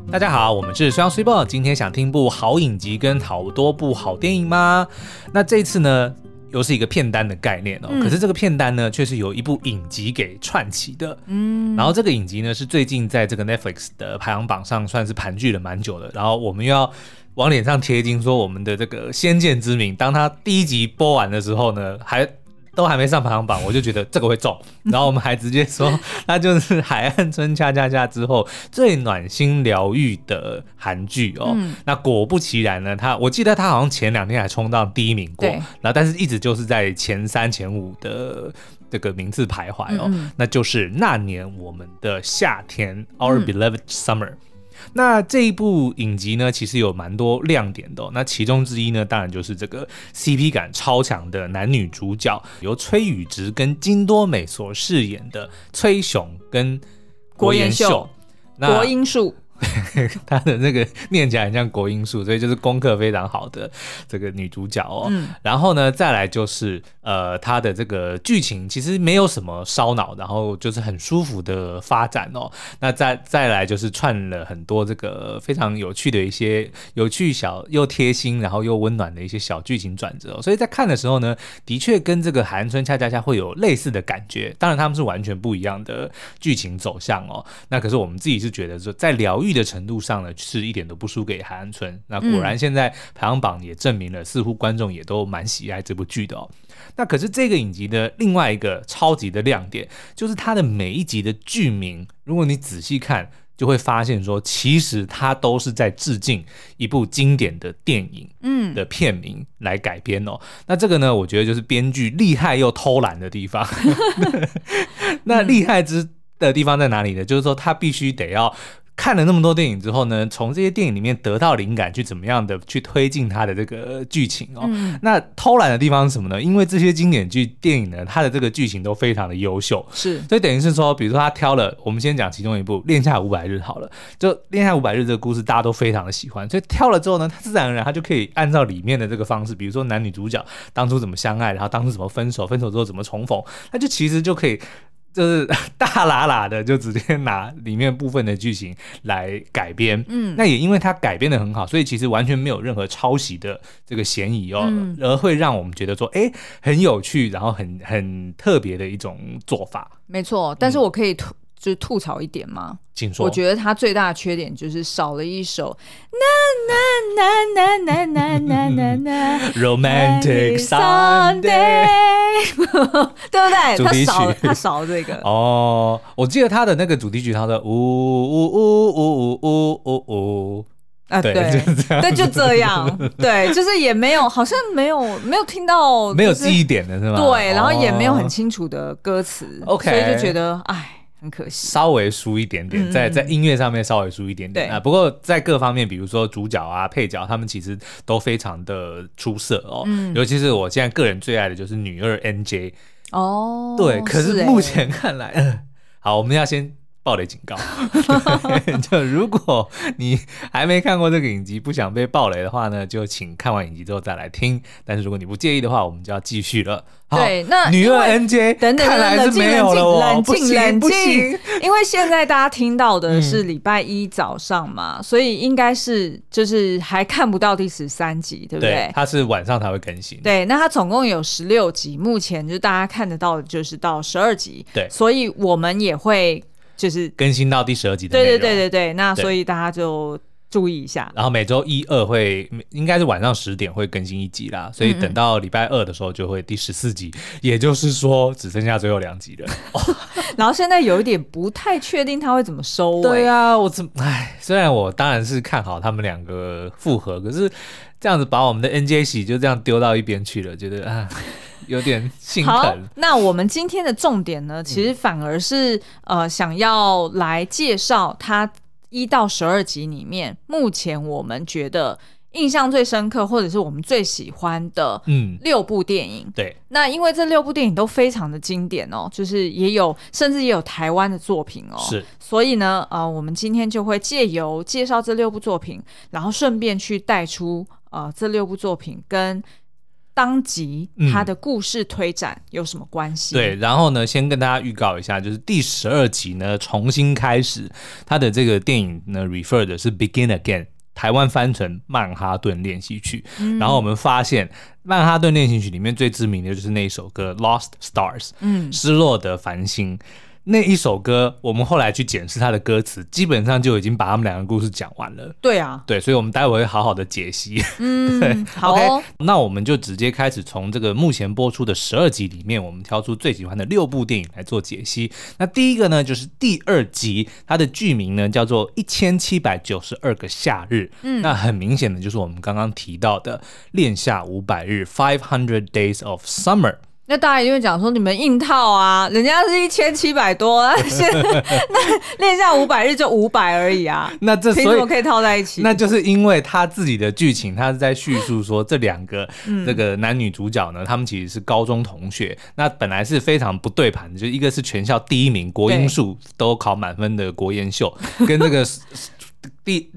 大家好，我们是双虽报，今天想听部好影集跟好多部好电影吗？那这一次呢又是一个片单的概念可是这个片单呢却是由一部影集给串起的。然后这个影集呢是最近在这个 Netflix 的排行榜上算是盘踞了蛮久的，然后我们又要往脸上贴金说我们的这个先见之明，当他第一集播完的时候呢都还没上排行榜，我就觉得这个会中，然后我们还直接说它就是海岸村恰恰恰之后最暖心疗愈的韩剧那果不其然呢，我记得它好像前2天还冲到第1名过，然后但是一直就是在前3、前5的这个名次徘徊那就是那年我们的夏天 Our Beloved Summer。那这一部影集呢其实有蛮多亮点的那其中之一呢当然就是这个 CP 感超强的男女主角，由崔宇植跟金多美所饰演的崔雄跟国妍秀。 国英树他的那个念起来很像国英树，所以就是功课非常好的这个女主角然后呢再来就是她的这个剧情其实没有什么烧脑，然后就是很舒服的发展那再来就是串了很多这个非常有趣的一些有趣小又贴心然后又温暖的一些小剧情转折所以在看的时候呢的确跟这个海岸村恰恰恰会有类似的感觉，当然他们是完全不一样的剧情走向那可是我们自己是觉得说在疗愈的程度上呢是一点都不输给海岸村，那果然现在排行榜也证明了似乎观众也都蛮喜爱这部剧的那可是这个影集的另外一个超级的亮点就是它的每一集的剧名，如果你仔细看就会发现说其实它都是在致敬一部经典的电影的片名来改编那这个呢我觉得就是编剧厉害又偷懒的地方那厉害的地方在哪里呢？就是说他必须得要看了那么多电影之后呢，从这些电影里面得到灵感，去怎么样的去推进它的这个剧情那偷懒的地方是什么呢？因为这些经典电影呢，它的这个剧情都非常的优秀， 是， 所以等于是说，比如说他挑了，我们先讲其中一部《恋夏500日》好了，就《恋夏500日》这个故事大家都非常的喜欢，所以挑了之后呢，他自然而然他就可以按照里面的这个方式，比如说男女主角当初怎么相爱，然后当初怎么分手，分手之后怎么重逢，那就其实就可以。就是大喇喇的就直接拿里面部分的剧情来改编那也因为它改编的很好，所以其实完全没有任何抄袭的这个嫌疑而会让我们觉得说很有趣，然后很特别的一种做法。 没错，但是我可以就是吐槽一点吗？ 请说。 我觉得它最大的缺点就是少了一首na na na na na na na Romantic Sunday 对不对？ 主题曲他少这个我记得他的那个主题曲，他的呜呜呜呜呜呜呜对，对，就这样，对，就是也没有，好像没有听到， 没有记忆点的是吗？ 对，然后也没有很清楚的歌词 ，OK， 所以就觉得很可惜， 稍微输一点点，在音乐上面稍微输一点点不过在各方面，比如说主角啊、配角，他们其实都非常的出色尤其是我现在个人最爱的就是女二 NJ 对，可是目前看来，好，我们要先暴雷警告就如果你还没看过这个影集不想被暴雷的话呢，就请看完影集之后再来听，但是如果你不介意的话我们就要继续了。 对，那女二 NJ 等等， 看来是没有了冷静，因为现在大家听到的是礼拜一早上嘛所以应该是就是还看不到第13集，对不对？ 对，它是晚上才会更新。 对，那它总共有16集，目前就大家看得到的就是到12集， 对， 所以我们也会就是更新到第12集的内容。 对，那所以大家就注意一下， 然后每周1、2会应该是晚上10点会更新1集啦，所以等到礼拜2的时候就会第14集，也就是说只剩下最后2集了然后现在有一点不太确定他会怎么收尾。 对啊，虽然我当然是看好他们2个复合，可是这样子把我们的 NJ 喜就这样丢到一边去了，觉得有点心疼。 好，那我们今天的重点呢其实反而是想要来介绍他1到12集里面目前我们觉得印象最深刻或者是我们最喜欢的6部电影对， 那因为这6部电影都非常的经典就是甚至也有台湾的作品是， 所以呢我们今天就会借由介绍这6部作品，然后顺便去带出这6部作品跟当集它的故事推展有什么关系？ 对，然后呢，先跟大家预告一下，就是第12集呢重新开始，它的这个电影呢 refer 的是 Begin Again。台湾翻成曼哈顿练习曲，然后我们发现曼哈顿练习曲里面最知名的就是那一首歌 Lost Stars， 失落的繁星。那一首歌我们后来去检视它的歌词，基本上就已经把他们两个故事讲完了。 对啊， 对，所以我们待会会好好的解析。对， 好哦。 OK， 那我们就直接开始从这个目前播出的12集里面，我们挑出最喜欢的6部电影来做解析。那第一个呢，就是第2集，它的剧名呢叫做1792个夏日。那很明显的就是我们刚刚提到的恋夏500日 500 Days of Summer。 那大家一定会讲说你们硬套啊，人家是1700多，那恋夏500日就500而已啊， 那这凭什么可以套在一起？ 那就是因为他自己的剧情，他是在叙述说这两个这个男女主角呢，他们其实是高中同学，那本来是非常不对盘的，就一个是全校第1名国英数都考满分的国妍秀，跟这个第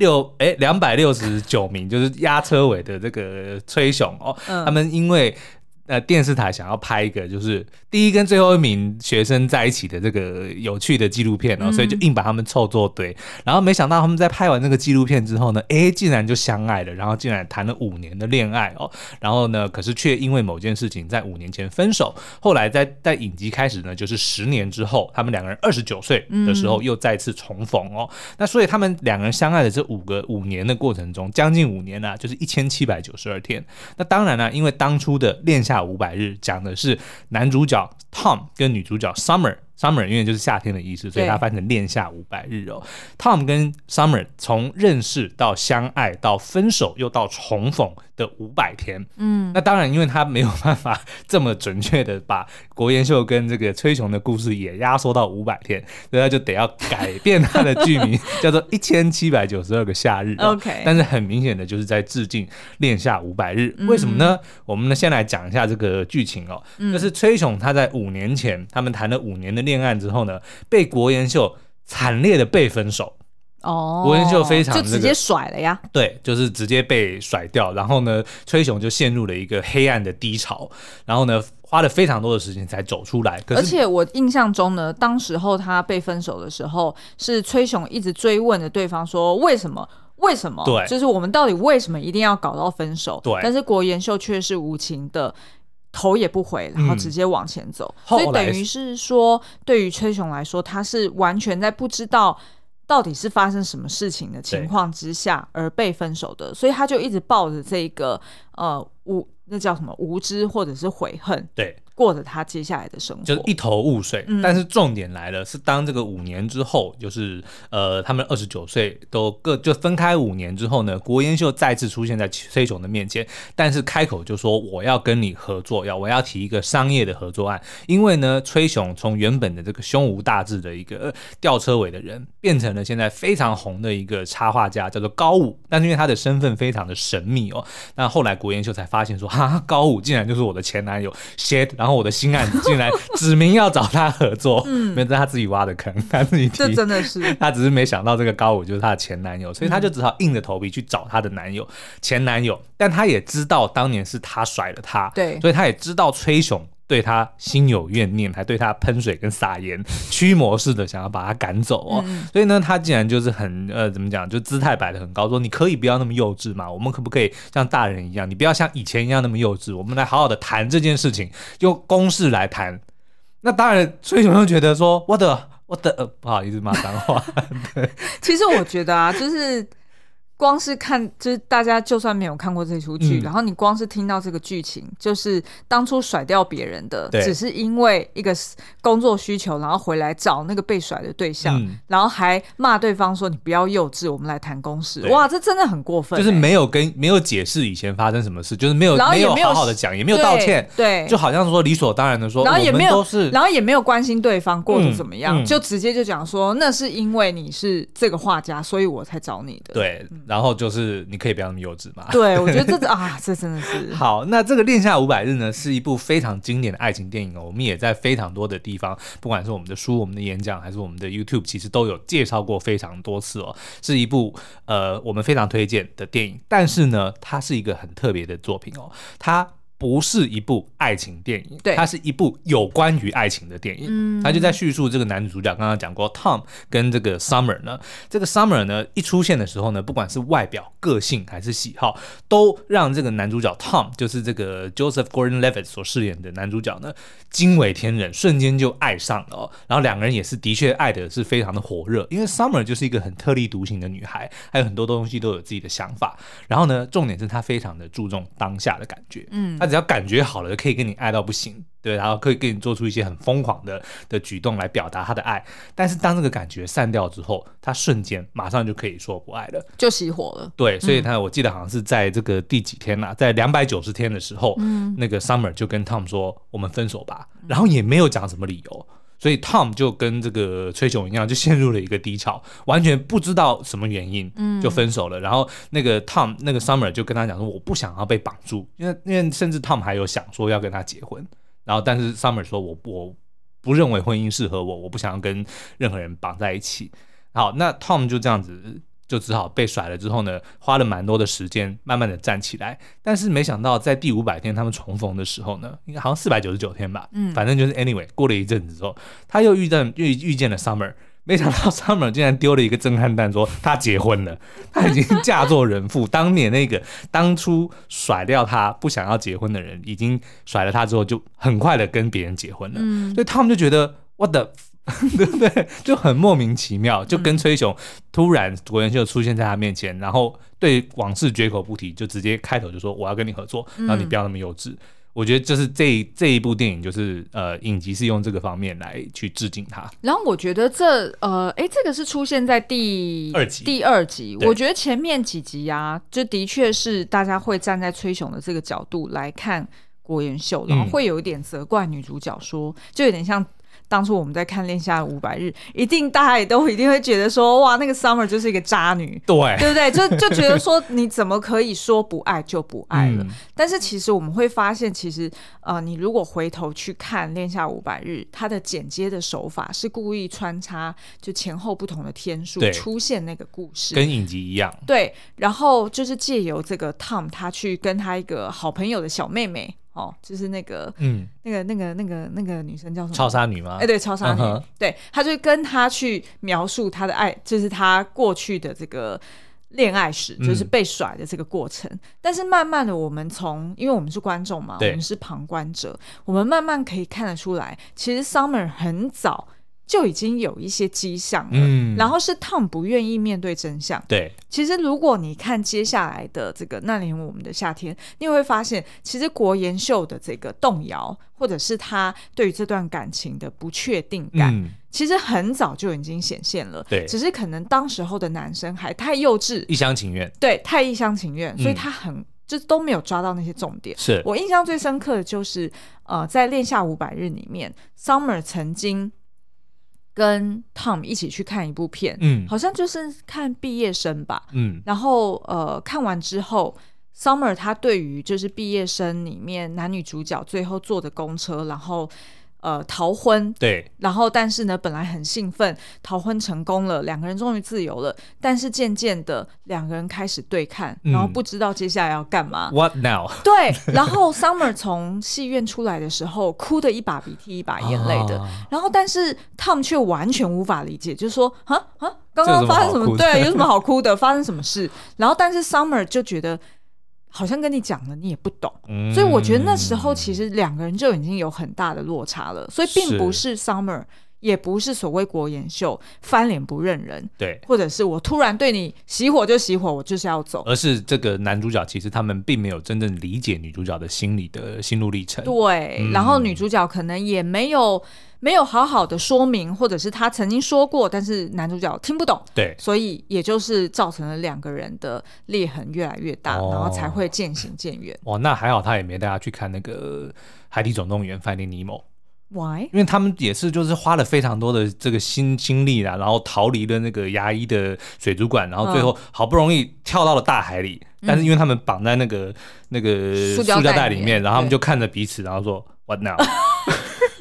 269名就是压车尾的这个崔雄哦，他们因为电视台想要拍一个就是第1跟最后1名学生在一起的这个有趣的纪录片哦，所以就硬把他们凑作堆，然后没想到他们在拍完那个纪录片之后呢，竟然就相爱了，然后竟然谈了5年的恋爱哦，然后呢，可是却因为某件事情在5年前分手，后来在影集开始呢，就是10年之后，他们两个人29岁的时候又再次重逢哦，那所以他们两个人相爱的这5年的过程中，将近5年啊，就是1792天。那当然了，因为当初的恋夏500日讲的是男主角 Tom 跟女主角 Summer， 因为就是夏天的意思，所以他翻成恋夏500日哦。Tom 跟 Summer 从认识到相爱到分手又到重逢的500天，那当然因为他没有办法这么准确的把国妍秀跟这个崔雄的故事也压缩到500天，所以他就得要改变他的剧名叫做1792个夏日哦。 OK， 但是很明显的就是在致敬恋夏500日，为什么呢？我们呢先来讲一下这个剧情哦，就是崔雄他在5年前他们谈了5年的恋爱之后呢，被国妍秀惨烈的被分手。国妍秀非常、 就直接甩了呀， 对，就是直接被甩掉，然后呢，崔雄就陷入了一个黑暗的低潮，然后呢，花了非常多的时间才走出来。可是而且我印象中呢，当时候他被分手的时候，是崔雄一直追问着对方说为什么？ 对， 就是我们到底为什么一定要搞到分手？ 对， 但是国妍秀却是无情的。头也不回，然后直接往前走，所以等于是说，对于崔雄来说，他是完全在不知道到底是发生什么事情的情况之下而被分手的，所以他就一直抱着这个那叫什么无知或者是悔恨， 对， 过着他接下来的生活， 就是一头雾水。但是重点来了，是当这个5年之后，就是他们29岁都就分开5年之后呢，国妍秀再次出现在崔雄的面前，但是开口就说我要跟你合作，我要提一个商业的合作案。因为呢，崔雄从原本的这个胸无大志的一个吊车尾的人，变成了现在非常红的一个插画家，叫做高武。但是因为他的身份非常的神秘哦，那后来国妍秀才发现说，高武竟然就是我的前男友 shit， 然后我的新案竟然指明要找他合作，没有，这是他自己挖的坑，他自己提， 这真的是他只是没想到这个高武就是他的前男友，所以他就只好硬着头皮去找他的前男友，但他也知道当年是他甩了他， 对， 所以他也知道崔雄对他心有怨念，还对他喷水跟撒盐，驱魔似的想要把他赶走哦。所以呢，他竟然就是很怎么讲，就姿态摆得很高，说你可以不要那么幼稚嘛，我们可不可以像大人一样，你不要像以前一样那么幼稚，我们来好好的谈这件事情，用公事来谈。那当然，崔雄就觉得说，我的不好意思骂脏话。 其实我觉得啊，就是光是看，就是大家就算没有看过这出剧，然后你光是听到这个剧情，就是当初甩掉别人的，只是因为一个工作需求，然后回来找那个被甩的对象，然后还骂对方说你不要幼稚，我们来谈公事。哇，这真的很过分， 就是没有解释以前发生什么事，就是没有好好的讲，也没有道歉， 对， 就好像说理所当然的说， 然后也没有， 然后也没有关心对方过得怎么样，就直接就讲说那是因为你是这个画家，所以我才找你的。 对，然后就是你可以不要那么幼稚嘛。 对，我觉得这真的是好。那这个恋夏500日呢，是一部非常经典的爱情电影哦。我们也在非常多的地方，不管是我们的书、我们的演讲，还是我们的 YouTube， 其实都有介绍过非常多次哦。是一部我们非常推荐的电影。但是呢，它是一个很特别的作品哦。它不是一部爱情电影， 对， 它是一部有关于爱情的电影。他就在叙述这个男主角，刚刚讲过 Tom 跟这个 Summer 呢，这个 Summer 呢一出现的时候呢，不管是外表、个性还是喜好，都让这个男主角 Tom， 就是这个 Joseph Gordon-Levitt 所饰演的男主角呢，惊为天人，瞬间就爱上了哦。然后两个人也是的确爱的是非常的火热，因为 Summer 就是一个很特立独行的女孩，还有很多东西都有自己的想法。然后呢，重点是她非常的注重当下的感觉，她只要感觉好了，可以跟你爱到不行，对，然后可以跟你做出一些很疯狂的举动来表达她的爱。但是当这个感觉散掉之后，她瞬间马上就可以说不爱了， 就熄火了。 对，所以我记得好像是在这个第几天啦，在290天的时候，那个 Summer 就跟 Tom 说我们分手吧，然后也没有讲什么理由。所以 Tom 就跟这个崔雄一样，就陷入了一个低潮，完全不知道什么原因，就分手了。然后那个 Tom 那个 Summer 就跟他讲说，我不想要被绑住，因为甚至 Tom 还有想说要跟他结婚，然后但是 Summer 说我不认为婚姻适合我，我不想要跟任何人绑在一起。好，那 Tom 就这样子。就只好被甩了之后呢，花了蛮多的时间慢慢的站起来，但是没想到在第500天他们重逢的时候呢，应该好像499天吧，反正就是 anyway 过了一阵子之后，他又遇见了 Summer， 没想到 Summer 竟然丢了一个震撼弹说他结婚了，他已经嫁作人妇。当年那个当初甩掉他不想要结婚的人，已经甩了他之后就很快的跟别人结婚了，所以他们就觉得 what the对不对？就很莫名其妙，就跟崔雄突然国元秀出现在他面前，然后对往事绝口不提，就直接开头就说我要跟你合作，然后你不要那么幼稚。我觉得就是这一部电影就是影集是用这个方面来去致敬他。 然后我觉得这个是出现在第二集，我觉得前面几集啊，就的确是大家会站在崔雄的这个角度来看国元秀，然后会有一点责怪女主角说，就有点像当初我们在看《恋夏500日》，大家也都一定会觉得说，哇，那个 Summer 就是一个渣女，对不对？就觉得说，你怎么可以说不爱就不爱了？但是其实我们会发现，其实你如果回头去看《恋夏500日》，它的剪接的手法是故意穿插就前后不同的天数出现那个故事，跟影集一样。 对，然后就是借由这个 Tom 他去跟他一个好朋友的小妹妹。就是那个女生叫什么？ 超杀女吗？ 对，超杀女。对，他就跟他去描述他的爱，就是他过去的这个恋爱史，就是被甩的这个过程。但是慢慢的，我们因为我们是观众嘛，我们是旁观者，我们慢慢可以看得出来，其实 Summer 很早就已经有一些迹象了，然后是 Tom 不愿意面对真相。 对， 其实如果你看接下来的这个那年我们的夏天，你会发现其实国妍秀的这个动摇，或者是他对于这段感情的不确定感，其实很早就已经显现了。对，只是可能当时候的男生还太幼稚， 一厢情愿。 对，太一厢情愿，所以他就是都没有抓到那些重点。是我印象最深刻的就是在《恋夏500日》里面 Summer 曾经跟 Tom 一起去看一部片，好像就是看毕业生吧，然后看完之后 Summer 他对于就是毕业生里面男女主角最后坐的公车，然后逃婚，对，然后但是呢本来很兴奋，逃婚成功了，两个人终于自由了，但是渐渐的两个人开始对看，然后不知道接下来要干嘛。 What now？ 对， 然后 Summer 从戏院出来的时候哭得一把鼻涕一把眼泪的，然后但是 Tom 却完全无法理解，就是说刚刚发生什么？对，有什么好哭的？发生什么事？然后但是 Summer 就觉得好像跟你讲了你也不懂，所以我觉得那时候其实两个人就已经有很大的落差了，所以并不是 Summer 也不是所谓国妍秀翻脸不认人，对，或者是我突然对你熄火就熄火，我就是要走， 而是这个男主角其实他们并没有真正理解女主角的心路历程， 对，然后女主角可能也没有好好的说明，或者是他曾经说过，但是男主角听不懂，对，所以也就是造成了两个人的裂痕越来越大，然后才会渐行渐远。 哇，那还好他也没带他去看那个《海底总动员》Finding Nemo。Why？ 因为他们也是就是花了非常多的这个心力啦，然后逃离了那个牙医的水族馆，然后最后好不容易跳到了大海里，但是因为他们绑在那个塑胶袋里面，然后他们就看着彼此，然后说 What now？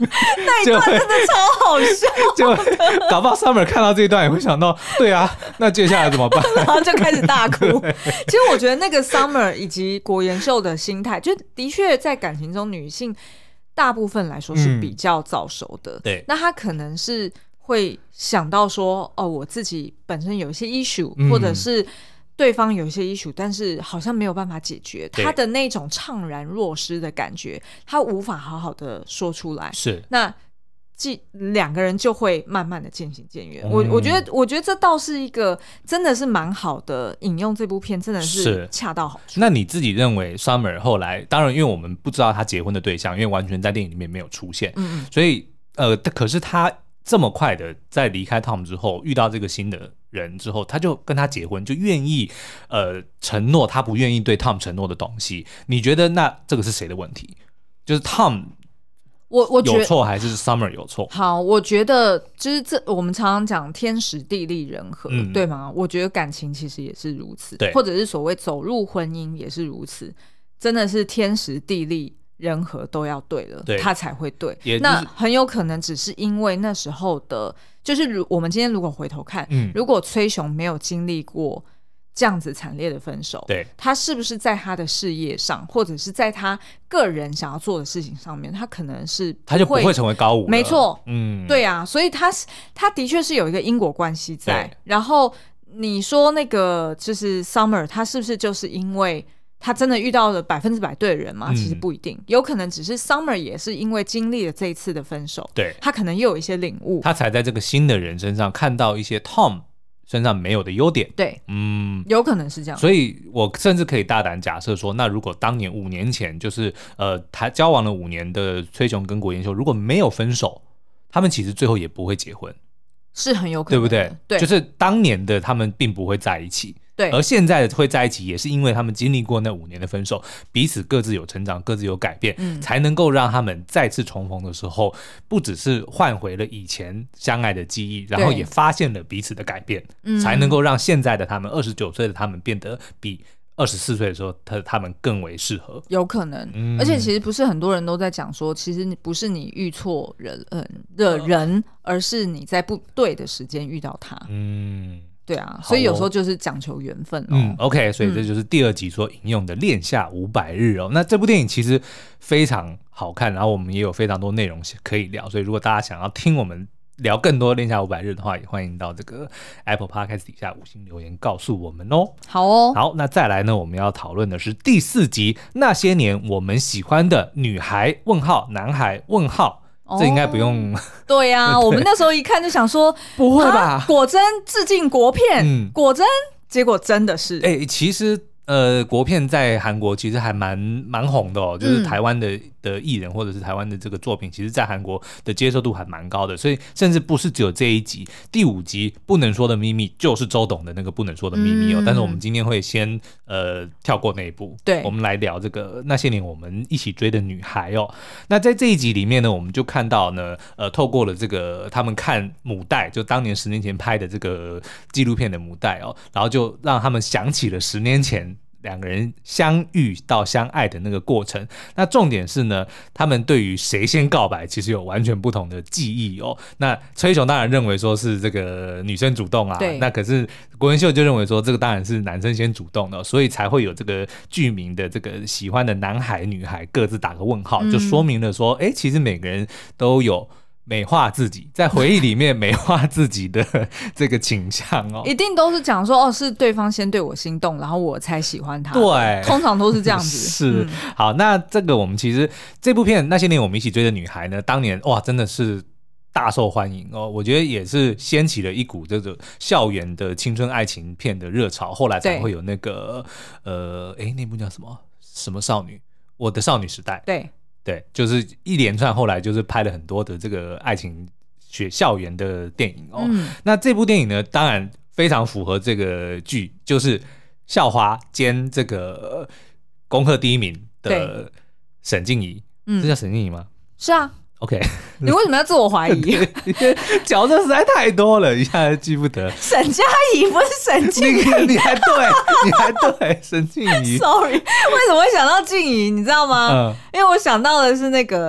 那一段真的超好笑， 就搞不好 Summer 看到这一段也会想到，对啊，那接下来怎么办？ 然后就开始大哭。其实我觉得那个 Summer 以及果妍秀的心态，就的确在感情中，女性大部分来说是比较早熟的。 对， 那她可能是会想到说，哦，我自己本身有一些 issue，或者是对方有一些 issue，但是好像没有办法解决，他的那种怅然若失的感觉，他无法好好的说出来。 是， 那两个人就会慢慢的渐行渐远。我觉得这倒是一个真的是蛮好的引用这部片，真的是恰到好处。 那你自己认为 Summer 后来，当然因为我们不知道他结婚的对象，因为完全在电影里面没有出现，所以可是他这么快的在离开 Tom 之后，遇到这个新的人之后，他就跟他结婚，就愿意承诺他不愿意对 Tom 承诺的东西。你觉得那这个是谁的问题？就是 Tom 我觉得有错还是 Summer 有错？ 好，我觉得就是我们常常讲天时地利人和，对吗？我觉得感情其实也是如此， 对， 或者是所谓走入婚姻也是如此，真的是天时地利人和都要对了，他才会对。那很有可能只是因为那时候的，就是我们今天如果回头看，如果崔雄没有经历过这样子惨烈的分手， 对，他是不是在他的事业上，或者是在他个人想要做的事情上面，他可能是他就不会成为高舞了。 没错，对啊，所以他的确是有一个因果关系在。然后你说那个就是 Summer， 他是不是就是因为他真的遇到了100%对的人吗？其实不一定，有可能只是 Summer 也是因为经历了这一次的分手， 对， 他可能又有一些领悟， 他才在这个新的人身上看到一些 Tom 身上没有的优点。 对，有可能是这样。 所以我甚至可以大胆假设说，那如果当年5年前，就是他交往了5年的崔雄跟果妍秀如果没有分手，他们其实最后也不会结婚， 是很有可能， 对不对？ 对， 就是当年的他们并不会在一起。 对， 而现在会在一起，也是因为他们经历过那5年的分手，彼此各自有成长，各自有改变，才能够让他们再次重逢的时候，不只是换回了以前相爱的记忆，然后也发现了彼此的改变，才能够让现在的他们29岁的他们变得比24岁的时候他们更为适合。 有可能，而且其实不是很多人都在讲说，其实不是你遇错人的人，而是你在不对的时间遇到他。对啊，所以有时候就是讲求缘分 OK， 所以这就是第2集所引用的《恋夏500日》哦。那这部电影其实非常好看，然后我们也有非常多内容可以聊，所以如果大家想要听我们聊更多《恋夏500日》的话，也欢迎到这个 Apple Podcast 底下5星留言告诉我们哦。 好哦， 好，那再来呢，我们要讨论的是第4集，那些年我们喜欢的女孩问号男孩问号。这应该不用对啊我们那时候一看就想说不会吧， 果真致敬国片，果真，结果真的是其实国片在韩国其实还蛮红的哦，就是台湾的艺人或者是台湾的这个作品，其实在韩国的接受度还蛮高的，所以甚至不是只有这一集，第5集不能说的秘密就是周董的那个不能说的秘密哦。但是我们今天会先跳过那一部， 对， 我们来聊这个那些年我们一起追的女孩哦。那在这一集里面呢，我们就看到呢，透过了这个他们看母带，就当年10年前拍的这个纪录片的母带哦，然后就让他们想起了10年前2个人相遇到相爱的那个过程。那重点是呢，他们对于谁先告白其实有完全不同的记忆哦。那崔雄当然认为说是这个女生主动啊，那可是果妍秀就认为说这个当然是男生先主动的，所以才会有这个剧名的这个喜欢的男孩女孩各自打个问号，就说明了说其实每个人都有美化自己，在回忆里面美化自己的这个倾向哦， 一定都是讲说是对方先对我心动，然后我才喜欢他。 对， 通常都是这样子。 是，好，那这个我们其实这部片那些年我们一起追的女孩呢，当年哇真的是大受欢迎哦，我觉得也是掀起了一股这个校园的青春爱情片的热潮，后来才会有那个那部叫什么少女，我的少女时代。对，就是一连串后来就是拍了很多的这个爱情校园的电影哦。那这部电影呢，当然非常符合这个剧，就是校花兼这个功课第1名的沈静怡，这叫沈静怡吗？ 是啊。 OK， 你为什么要自我怀疑？ 角色实在太多了，一下记不得。 沈佳宜不是沈静怡， 你还对，沈静怡。 Sorry， 为什么会想到静怡？你知道吗？因为我想到的是那个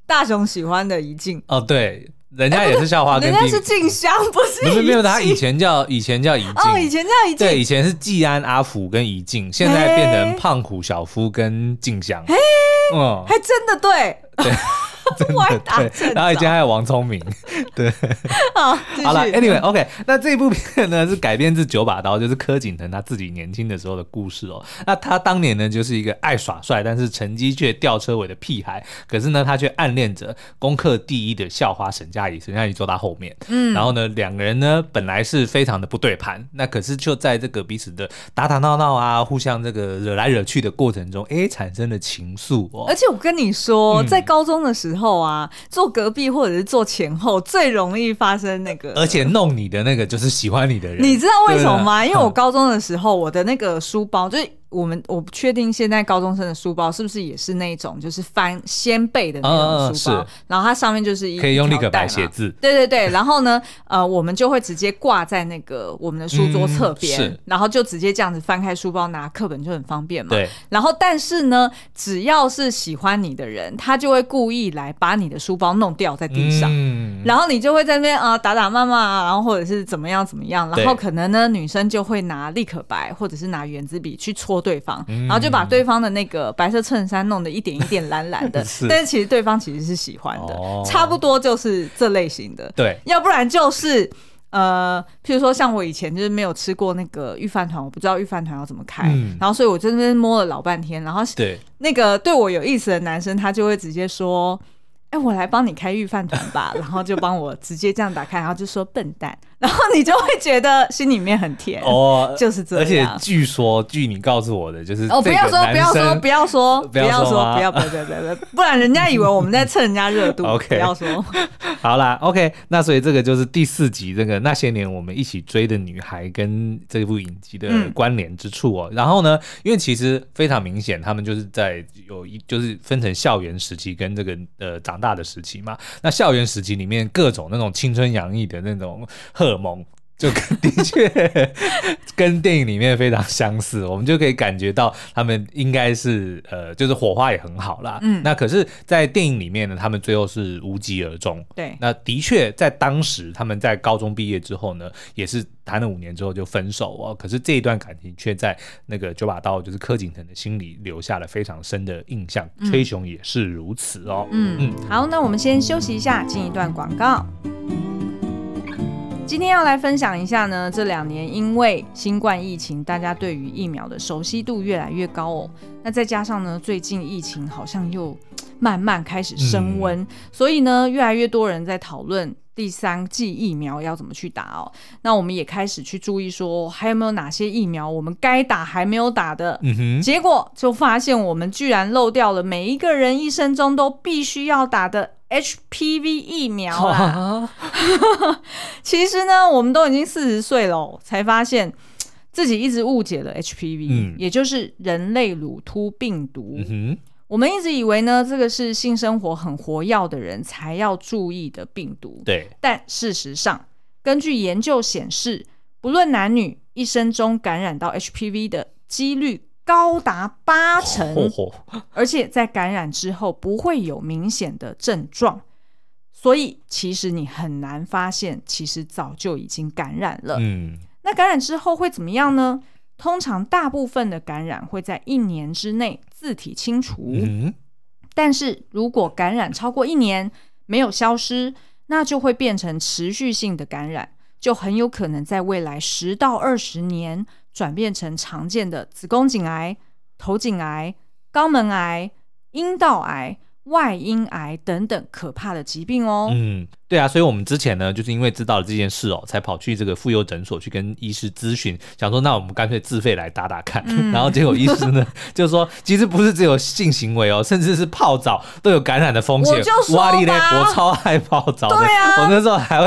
大雄喜欢的怡静哦，对，人家也是校花跟人家是静香，不是怡静。 没有，他以前叫怡静。 哦，以前叫怡静。 对，以前是季安、阿福跟怡静，现在变成胖虎、小夫跟静香。 还真的对。 对。歪打正着，然后以前还有王聪明，对，好了 ，Anyway， OK， 那这部片呢是改编自九把刀，就是柯景腾他自己年轻的时候的故事哦。那他当年呢就是一个爱耍帅，但是成绩却吊车尾的屁孩，可是呢他却暗恋着功课第一的校花沈佳宜，沈佳宜坐他后面，然后呢两个人呢本来是非常的不对盘，那可是就在这个彼此的打打闹闹啊，互相这个惹来惹去的过程中，产生了情愫哦。 而且我跟你说，在高中的时候啊，坐隔壁或者是坐前后最容易发生那个， 而且弄你的那个就是喜欢你的人， 你知道为什么吗？因为我高中的时候，我的那个书包就是。我不确定现在高中生的书包是不是也是那种就是翻掀背的那种书包，然后它上面就是可以用立可白写字， 对对对，然后呢，我们就会直接挂在那个我们的书桌侧边，然后就直接这样子翻开书包拿课本就很方便嘛。 对。 然后但是呢，只要是喜欢你的人，他就会故意来把你的书包弄掉在地上，然后你就会在那边打打骂骂，然后或者是怎么样怎么样，然后可能呢女生就会拿立可白或者是拿圆珠笔去戳对方，然后就把对方的那个白色衬衫弄得一点一点蓝蓝的但是其实对方其实是喜欢的，差不多就是这类型的。 对， 要不然就是譬如说像我以前就是没有吃过那个御饭团，我不知道御饭团要怎么开，然后所以我在那边摸了老半天，然后那个对我有意思的男生他就会直接说我来帮你开御饭团吧，然后就帮我直接这样打开，然后就说笨蛋，然后你就会觉得心里面很甜就是这样。 而且据你告诉我的就是不要说，不然人家以为我们在蹭人家热度。 OK， 不要说。 好啦 ，OK， 那所以这个就是第4集这个那些年我们一起追的女孩跟这部影集的关联之处哦。然后呢，因为其实非常明显，他们就是在就是分成校园时期跟这个长大的时期嘛。那校园时期里面各种那种青春洋溢的那种荷尔蒙。就的确跟电影里面非常相似，我们就可以感觉到他们应该是就是火花也很好啦。那可是在电影里面呢，他们最后是无疾而终。 对， 那的确在当时他们在高中毕业之后呢，也是谈了5年之后就分手哦。可是这一段感情却在那个九把刀就是柯景腾的心里留下了非常深的印象，崔雄也是如此哦。 好，那我们先休息一下，进一段广告。今天要来分享一下呢，这2年因为新冠疫情，大家对于疫苗的熟悉度越来越高哦。那再加上呢，最近疫情好像又慢慢开始升温，所以呢，越来越多人在讨论第3剂疫苗要怎么去打哦。那我们也开始去注意说，还有没有哪些疫苗我们该打还没有打的。结果就发现我们居然漏掉了每一个人一生中都必须要打的HPV 疫苗啦其实呢，我们都已经40岁了才发现自己一直误解了 HPV，也就是人类乳突病毒。我们一直以为呢，这个是性生活很活跃的人才要注意的病毒。 对， 但事实上，根据研究显示，不论男女，一生中感染到 HPV 的几率高达80%，而且在感染之后不会有明显的症状，所以其实你很难发现，其实早就已经感染了。那感染之后会怎么样呢？通常大部分的感染会在1年之内自体清除，但是如果感染超过1年没有消失，那就会变成持续性的感染，就很有可能在未来10到20年转变成常见的子宫颈癌、头颈癌、肛门癌、阴道癌、外阴癌等等可怕的疾病哦。 对啊，所以我们之前呢，就是因为知道了这件事才跑去这个妇幼诊所去跟医师咨询，想说那我们干脆自费来打打看。然后结果医师呢就说，其实不是只有性行为甚至是泡澡都有感染的风险。 我就说吧， 哇哩嘞，我超爱泡澡的。 对啊， 我那时候还会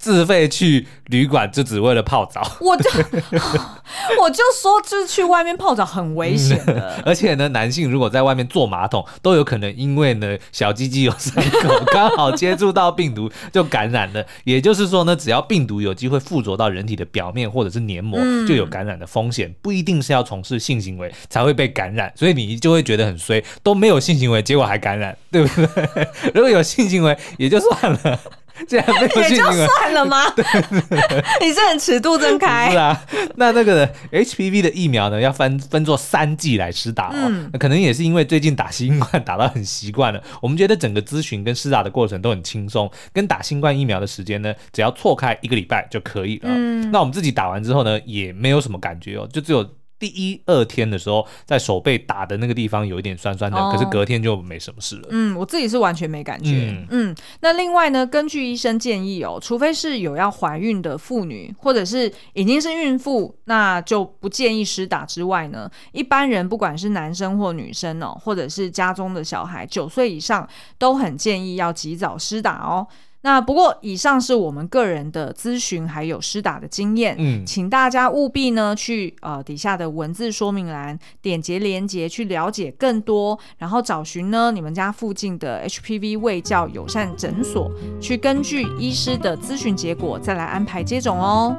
自费去旅馆就只为了泡澡。 我就说，就是去外面泡澡很危险的。 而且呢，男性如果在外面坐马桶，都有可能因为呢小鸡鸡有伤口，刚好接触到病毒就感染了。也就是说呢，只要病毒有机会附着到人体的表面或者是黏膜，就有感染的风险，不一定是要从事性行为才会被感染。所以你就会觉得很衰，都没有性行为，结果还感染，对不对？如果有性行为也就算了。这样没有性行为也就算了吗？你这人尺度真开。 是啊，那个 HPV 的疫苗呢，要分作3剂来施打哦。可能也是因为最近打新冠打到很习惯了，我们觉得整个咨询跟施打的过程都很轻松，跟打新冠疫苗的时间呢，只要错开1个礼拜就可以了。那我们自己打完之后呢，也没有什么感觉哦，就只有第1、2天的时候，在手背打的那个地方有一点酸酸的，可是隔天就没什么事了。 我自己是完全没感觉。那另外呢，根据医生建议哦，除非是有要怀孕的妇女，或者是已经是孕妇，那就不建议施打之外呢，一般人不管是男生或女生哦，或者是家中的小孩9岁以上，都很建议要及早施打哦。那不过以上是我们个人的咨询还有施打的经验，请大家务必呢去底下的文字说明栏点击连结去了解更多，然后找寻呢你们家附近的 HPV 卫教友善诊所，去根据医师的咨询结果再来安排接种哦。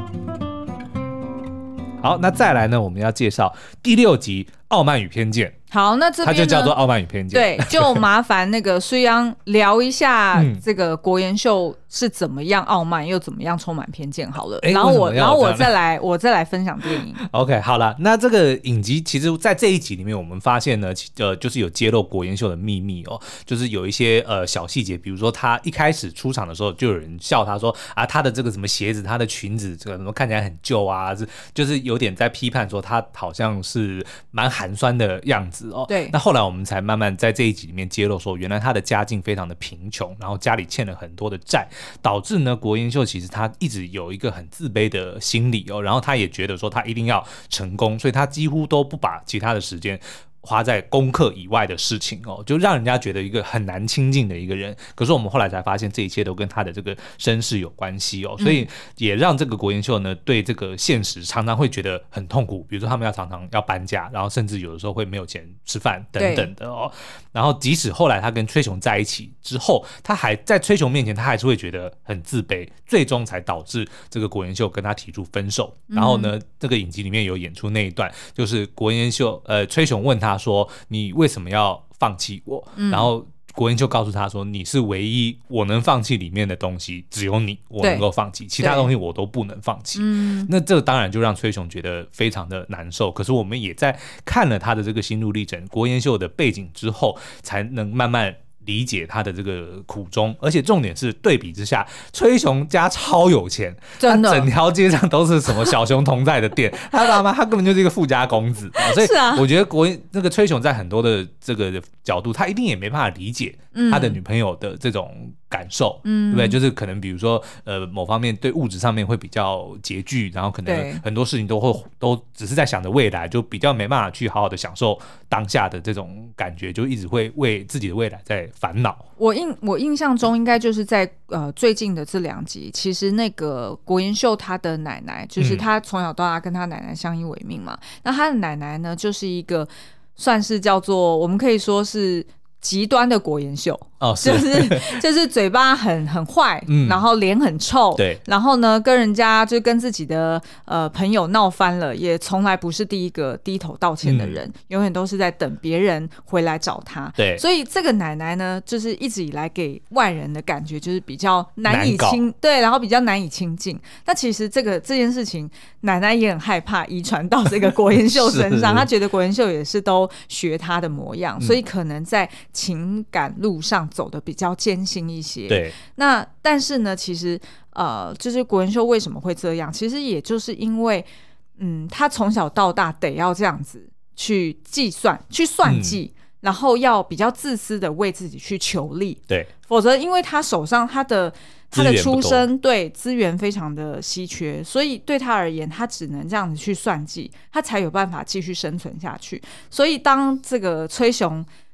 好，那再来呢，我们要介绍第6集《傲慢与偏见》。 好，那这边呢， 它就叫做《傲慢与偏见》。 对，就麻烦那个水央聊一下这个国妍秀是怎么样傲慢又怎么样充满偏见好了。然后我再来分享电影。 OK， 好了，那这个影集其实在这一集里面，我们发现呢，就是有揭露国妍秀的秘密哦，就是有一些小细节，比如说他一开始出场的时候，就有人笑他说啊，他的这个什么鞋子，他的裙子这个什么看起来很旧啊，就是有点在批判说他好像是蛮寒酸的样子。 对， 那后来我们才慢慢在这一集里面揭露说，原来他的家境非常的贫穷，然后家里欠了很多的债，导致呢国妍秀其实他一直有一个很自卑的心理哦，然后他也觉得说他一定要成功，所以他几乎都不把其他的时间花在功课以外的事情哦，就让人家觉得一个很难亲近的一个人。可是我们后来才发现，这一切都跟他的这个身世有关系哦，所以也让这个国妍秀呢对这个现实常常会觉得很痛苦。比如说他们常常要搬家，然后甚至有的时候会没有钱吃饭等等的哦。然后即使后来他跟崔雄在一起之后，他还在崔雄面前，他还是会觉得很自卑，最终才导致这个国妍秀跟他提出分手。然后呢，这个影集里面有演出那一段，就是国妍秀崔雄问他说你为什么要放弃我，然后国妍秀告诉他说你是唯一我能放弃里面的东西，只有你我能够放弃，其他东西我都不能放弃。那这当然就让崔雄觉得非常的难受。可是我们也在看了他的这个心路历程，国妍秀的背景之后，才能慢慢理解他的这个苦衷。而且重点是对比之下，崔雄家超有钱， 真的， 他整条街上都是什么小熊同在的店，他知道吗？他根本就是一个富家公子。所以我觉得那个崔雄在很多的这个角度，他一定也没办法理解他的女朋友的这种感受，对不对？就是可能比如说某方面对物质上面会比较拮据，然后可能很多事情都只是在想着未来，就比较没办法去好好的享受当下的这种感觉，就一直会为自己的未来在烦恼。 我印象中应该就是在最近的这2集，其实那个国妍秀他的奶奶，就是他从小到大跟他奶奶相依为命嘛，那他的奶奶呢就是一个算是叫做我们可以说是极端的国妍秀。就是嘴巴很坏，然后脸很臭， 对， 然后呢跟人家就跟自己的朋友闹翻了，也从来不是第一个低头道歉的人，永远都是在等别人回来找他。 对， 所以这个奶奶呢，就是一直以来给外人的感觉就是比较难以对，然后比较难以亲近。那其实这件事情，奶奶也很害怕遗传到这个国妍秀身上，她觉得国妍秀也是都学她的模样，所以可能在情感路上走的比较艰辛一些。 对， 那但是呢，其实就是国妍秀为什么会这样？其实也就是因为，他从小到大得要这样子去计算、去算计，然后要比较自私的为自己去求利。 对， 否则因为他手上他的出身对资源非常的稀缺，所以对他而言，他只能这样子去算计，他才有办法继续生存下去。所以当这个崔雄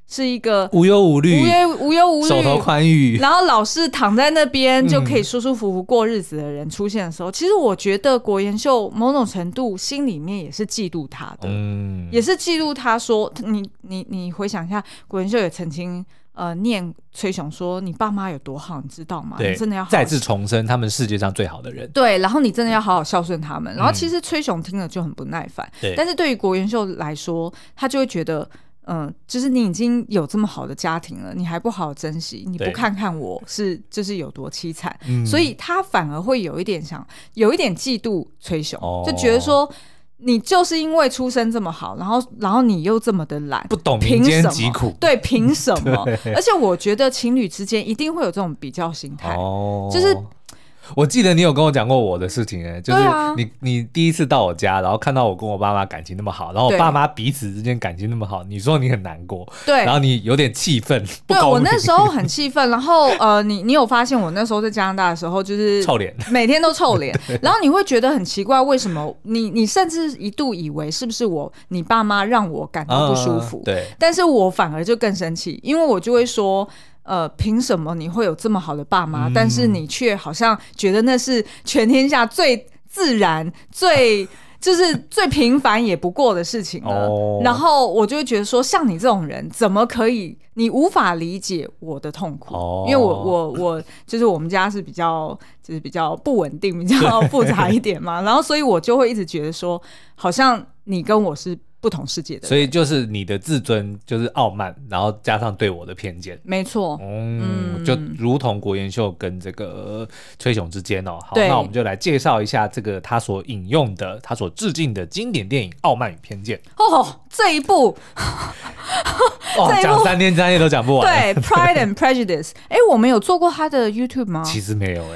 是一个无忧无虑、 无忧无虑、 手头宽裕， 然后老是躺在那边就可以舒舒服服过日子的人出现的时候，其实我觉得国妍秀某种程度心里面也是嫉妒他的，也是嫉妒他说你回想一下，国妍秀也曾经念崔雄说你爸妈有多好，你知道吗？ 对， 你真的要好好再次重申他们世界上最好的人。 对，然后你真的要好好孝顺他们。然后其实崔雄听了就很不耐烦，但是对于国妍秀来说，他就会觉得就是你已经有这么好的家庭了，你还不好好珍惜，你不看看我是就是有多凄惨，所以他反而会有一点嫉妒崔雄，就觉得说你就是因为出身这么好，然后你又这么的懒， 不懂民间疾苦， 对，凭什么？而且我觉得情侣之间一定会有这种比较心态，就是我记得你有跟我讲过我的事情就是你第一次到我家，然后看到我跟我爸妈感情那么好，然后我爸妈彼此之间感情那么好，你说你很难过， 对， 然后你有点气愤， 对，我那时候很气愤，然后你有发现我那时候在加拿大的时候就是臭脸， 每天都臭脸，然后你会觉得很奇怪，为什么你甚至一度以为是不是你爸妈让我感到不舒服， 对， 但是我反而就更生气，因为我就会说凭什么你会有这么好的爸妈，但是你却好像觉得那是全天下最自然就是最平凡也不过的事情了，然后我就会觉得说像你这种人怎么可以，你无法理解我的痛苦，因为我就是我们家是比较不稳定，比较复杂一点嘛，然后所以我就会一直觉得说好像你跟我是不同世界的人， 所以就是你的自尊就是傲慢，然后加上对我的偏见， 没错， 就如同国妍秀跟这个崔雄之间好，那我们就来介绍一下这个他所引用的、他所致敬的经典电影《傲慢与偏见》。 这一部讲3天3夜都讲不完。 对，Pride and Prejudice， 我们有做过他的 YouTube 吗？ 其实没有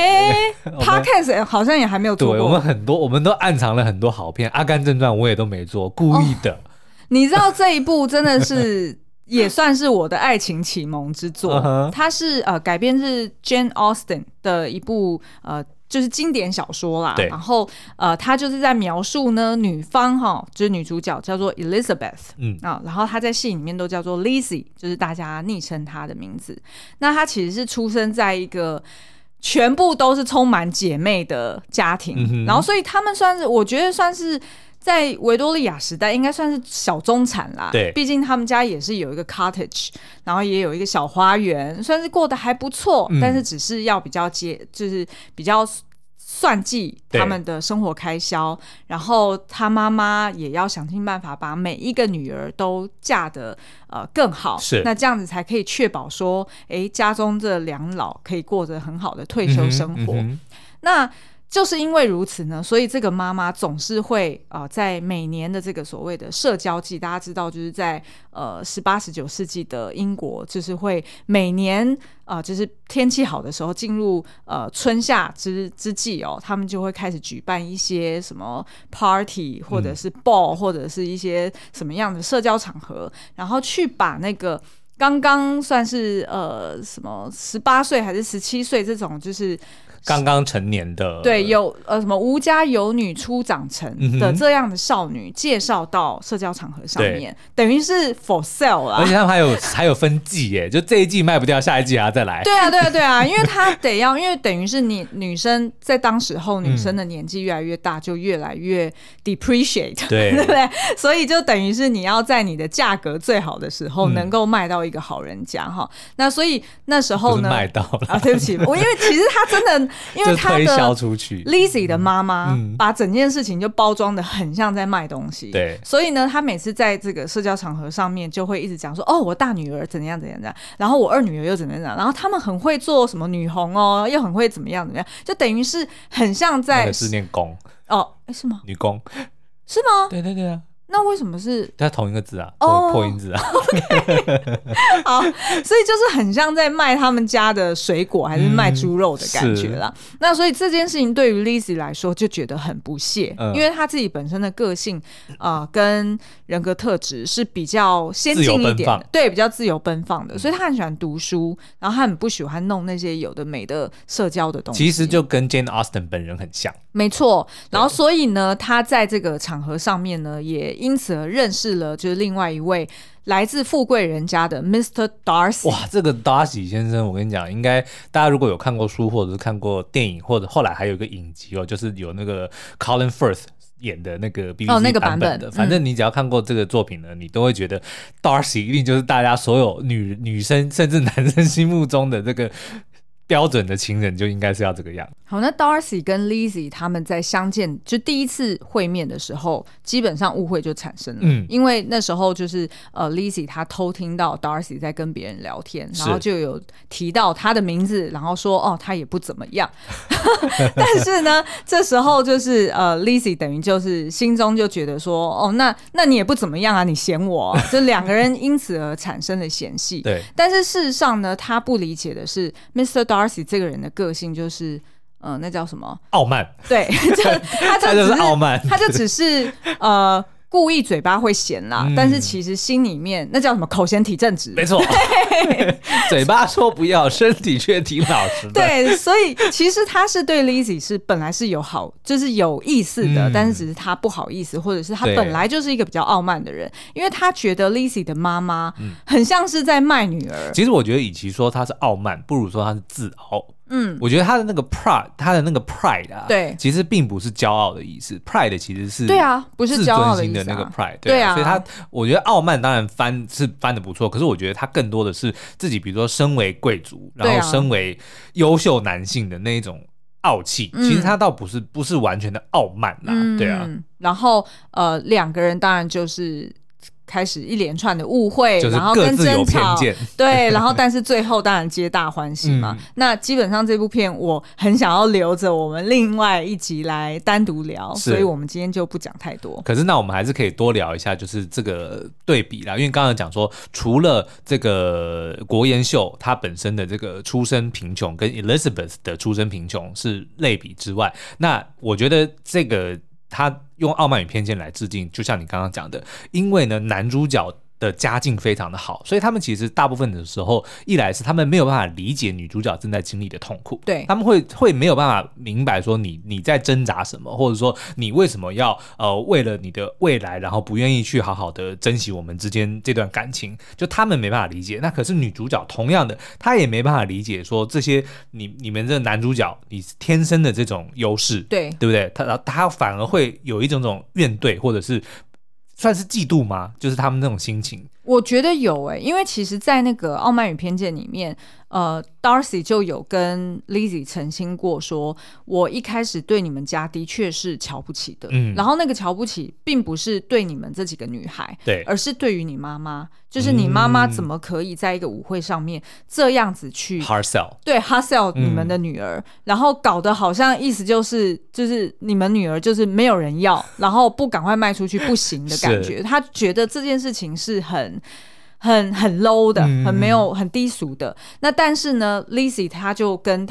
Podcast 好像也还没有做过。 对，我们都暗藏了很多好片，《阿甘正传》我也都没做，故意的。 你知道这一部真的是也算是我的爱情启蒙之作，它是改编自 Jane Austen 的一部就是经典小说啦，然后他就是在描述呢女方就是女主角叫做 Elizabeth，然后她在戏里面都叫做 Lizzie， 就是大家昵称她的名字。那她其实是出生在一个全部都是充满姐妹的家庭，然后所以他们我觉得算是在维多利亚时代应该算是小中产啦， 对， 毕竟他们家也是有一个 cottage， 然后也有一个小花园，算是过得还不错，但是只是要就是比较算计他们的生活开销，然后他妈妈也要想尽办法把每一个女儿都嫁得更好，那这样子才可以确保说家中这两老可以过着很好的退休生活，那就是因为如此呢，所以这个妈妈总是会在每年的这个所谓的社交季，大家知道就是在18、19世纪的英国，就是会每年就是天气好的时候进入春夏之际他们就会开始举办一些什么 party 或者是 ball 或者是一些什么样的社交场合，然后去把那个刚刚算是什么18岁还是17岁这种就是刚刚成年的， 对，有什么无家有女初长成的这样的少女介绍到社交场合上面，等于是 for sale 啦。 而且他们还有分季耶，就这一季卖不掉，下一季还要再来。 对啊，因为他得要，因为等于是你女生在当时候女生的年纪越来越大，就越来越 depreciate， 对不对？所以就等于是你要在你的价格最好的时候能够卖到一个好人家哈。那所以那时候呢， 卖到了对不起，因为其实他真的。因为他的 Lizzie 的妈妈把整件事情就包装的很像在卖东西， 对， 所以呢，他每次在这个社交场合上面就会一直讲说，我大女儿怎样怎样怎样，然后我二女儿又怎么样，然后他们很会做什么女红又很会怎么样怎么样，就等于是很像在是念工是吗？ 女工是吗？ 对啊。 那为什么是它同一个字啊？破音字啊。 好，所以就是很像在卖他们家的水果还是卖猪肉的感觉啦。那所以这件事情对于 Lizzie 来说就觉得很不屑，因为她自己本身的个性跟人格特质是比较先进一点的，对，比较自由奔放的，所以她很喜欢读书，然后她很不喜欢弄那些有的没的社交的东西。 其实就跟 Jane Austen 本人很像， 没错。然后所以呢，她在这个场合上面呢，也因此而认识了就是另外一位来自富贵人家的 Mr. Darcy。 哇，这个 Darcy 先生，我跟你讲，应该大家如果有看过书或者是看过电影，或者后来还有一个影集哦，就是有那个 Colin Firth演的那个 BBC 那个版本的，反正你只要看过这个作品呢，你都会觉得 Darcy 一定就是大家所有女生甚至男生心目中的这个标准的情人，就应该是要这个样。 好，那 Darcy 跟 Lizzie 他们在相见就第一次会面的时候，基本上误会就产生了。因为那时候就是Lizzie 她偷听到 Darcy 在跟别人聊天，然后就有提到他的名字，然后说哦他也不怎么样。但是呢，这时候就是Lizzie 等于就是心中就觉得说哦那你也不怎么样啊，你嫌我就两个人因此而产生了嫌隙。 对， 但是事实上呢，他不理解的是 Mr. Darcy 这个人的个性就是那叫什么？ 傲慢。 对，他就是傲慢， 他就只是故意嘴巴会咸啦，但是其实心里面那叫什么口嫌体正直。 没错，嘴巴说不要，身体却挺老实的。 对，所以其实他是对 Lizzie 是本来是就是有意思的，但是只是他不好意思，或者是他本来就是一个比较傲慢的人，因为他觉得 Lizzie 的妈妈很像是在卖女儿。 其实我觉得，与其说他是傲慢，不如说他是自傲。我觉得他的那个 pride 啊， 对， 其实并不是骄傲的意思 ，pride 其实是对啊，不是骄傲的意思自尊心的那个 pride， 对啊， 所以他我觉得傲慢当然翻的不错，可是我觉得他更多的是自己，比如说身为贵族，然后身为优秀男性的那一种傲气，其实他倒不是完全的傲慢啦，对啊。 然后两个人当然就是开始一连串的误会， 就是然后各自有跟争吵， 偏见， 对，然后但是最后当然皆大欢喜嘛。那基本上这部片我很想要留着我们另外一集来单独聊，所以我们今天就不讲太多。 可是那我们还是可以多聊一下，就是这个对比啦，因为刚刚讲说，除了这个国妍秀她本身的这个出身贫穷跟 Elizabeth 的出身贫穷是类比之外，那我觉得这个他用傲慢与偏见来致敬，就像你刚刚讲的，因为呢男主角的家境非常的好，所以他们其实大部分的时候，一来是他们没有办法理解女主角正在经历的痛苦， 对， 他们会没有办法明白说你在挣扎什么，或者说你为什么要为了你的未来，然后不愿意去好好的珍惜我们之间这段感情，就他们没办法理解。那可是女主角同样的，她也没办法理解说这些你们这男主角你天生的这种优势， 对不对？他反而会有一种怨怼，或者是算是嫉妒吗？就是他们那种心情。 我觉得有因为其实在那个《傲慢与偏见》里面Darcy 就有跟 Lizzie 澄清过说，我一开始对你们家的确是瞧不起的，然后那个瞧不起并不是对你们这几个女孩， 对， 而是对于你妈妈，就是你妈妈怎么可以在一个舞会上面这样子去 hard sell， 对 hard sell 你们的女儿，然后搞得好像意思就是你们女儿就是没有人要，然后不赶快卖出去不行的感觉。他觉得这件事情是很 low 的，很没有很低俗的。那但是呢 Lizzie 她就跟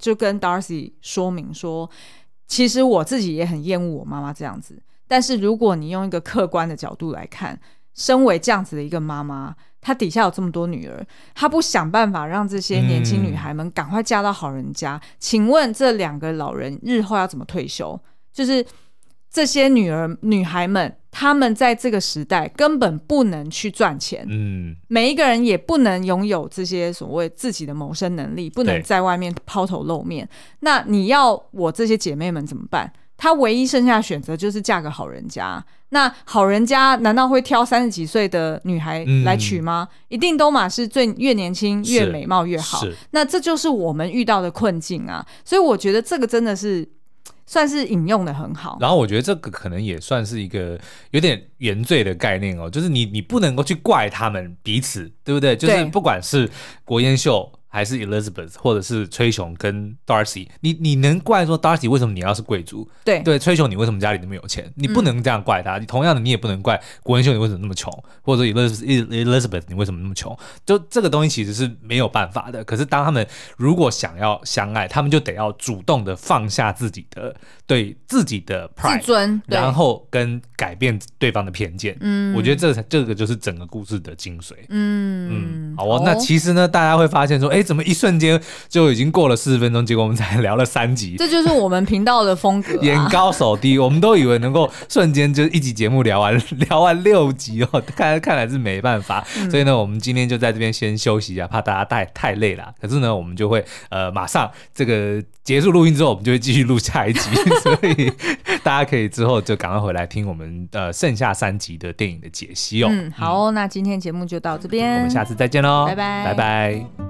Darcy 说明说，其实我自己也很厌恶我妈妈这样子，但是如果你用一个客观的角度来看，身为这样子的一个妈妈，她底下有这么多女儿，她不想办法让这些年轻女孩们赶快嫁到好人家，请问这两个老人日后要怎么退休？就是这些女孩们，她们在这个时代根本不能去赚钱，每一个人也不能拥有这些所谓自己的谋生能力，不能在外面抛头露面。那你要我这些姐妹们怎么办？她唯一剩下的选择就是嫁个好人家。那好人家难道会挑30几岁的女孩来娶吗？一定都嘛是越年轻越美貌越好。那这就是我们遇到的困境啊。所以我觉得这个真的是算是引用的很好。 然后我觉得这个可能也算是一个有点原罪的概念哦，就是你不能够去怪他们彼此，对不对？就是不管是国妍秀还是 Elizabeth 或者是崔雄跟 Darcy， 你能怪说 Darcy 为什么你要是贵族？对，崔雄你为什么家里那么有钱？你不能这样怪他。同样的，你也不能怪国妍秀你为什么那么穷，或者 Elizabeth 你为什么那么穷？就这个东西其实是没有办法的。可是当他们如果想要相爱，他们就得要主动的放下自己的对自己的 pride， 自尊， 然后跟改变对方的偏见。我觉得这个就是整个故事的精髓。好哦。那其实呢，大家会发现说， 怎么一瞬间就已经过了40分钟，结果我们才聊了3集， 这就是我们频道的风格、啊， 眼高手低，我们都以为能够瞬间就一集节目聊完6集哦，看来是没办法，所以呢，我们今天就在这边先休息一下，怕大家太累了。可是呢，我们就会马上这个结束录音之后，我们就会继续录下一集，所以大家可以之后就赶快回来听我们剩下3集的电影的解析哦。 好，那今天节目就到这边， 我们下次再见喽， 拜拜， 拜拜。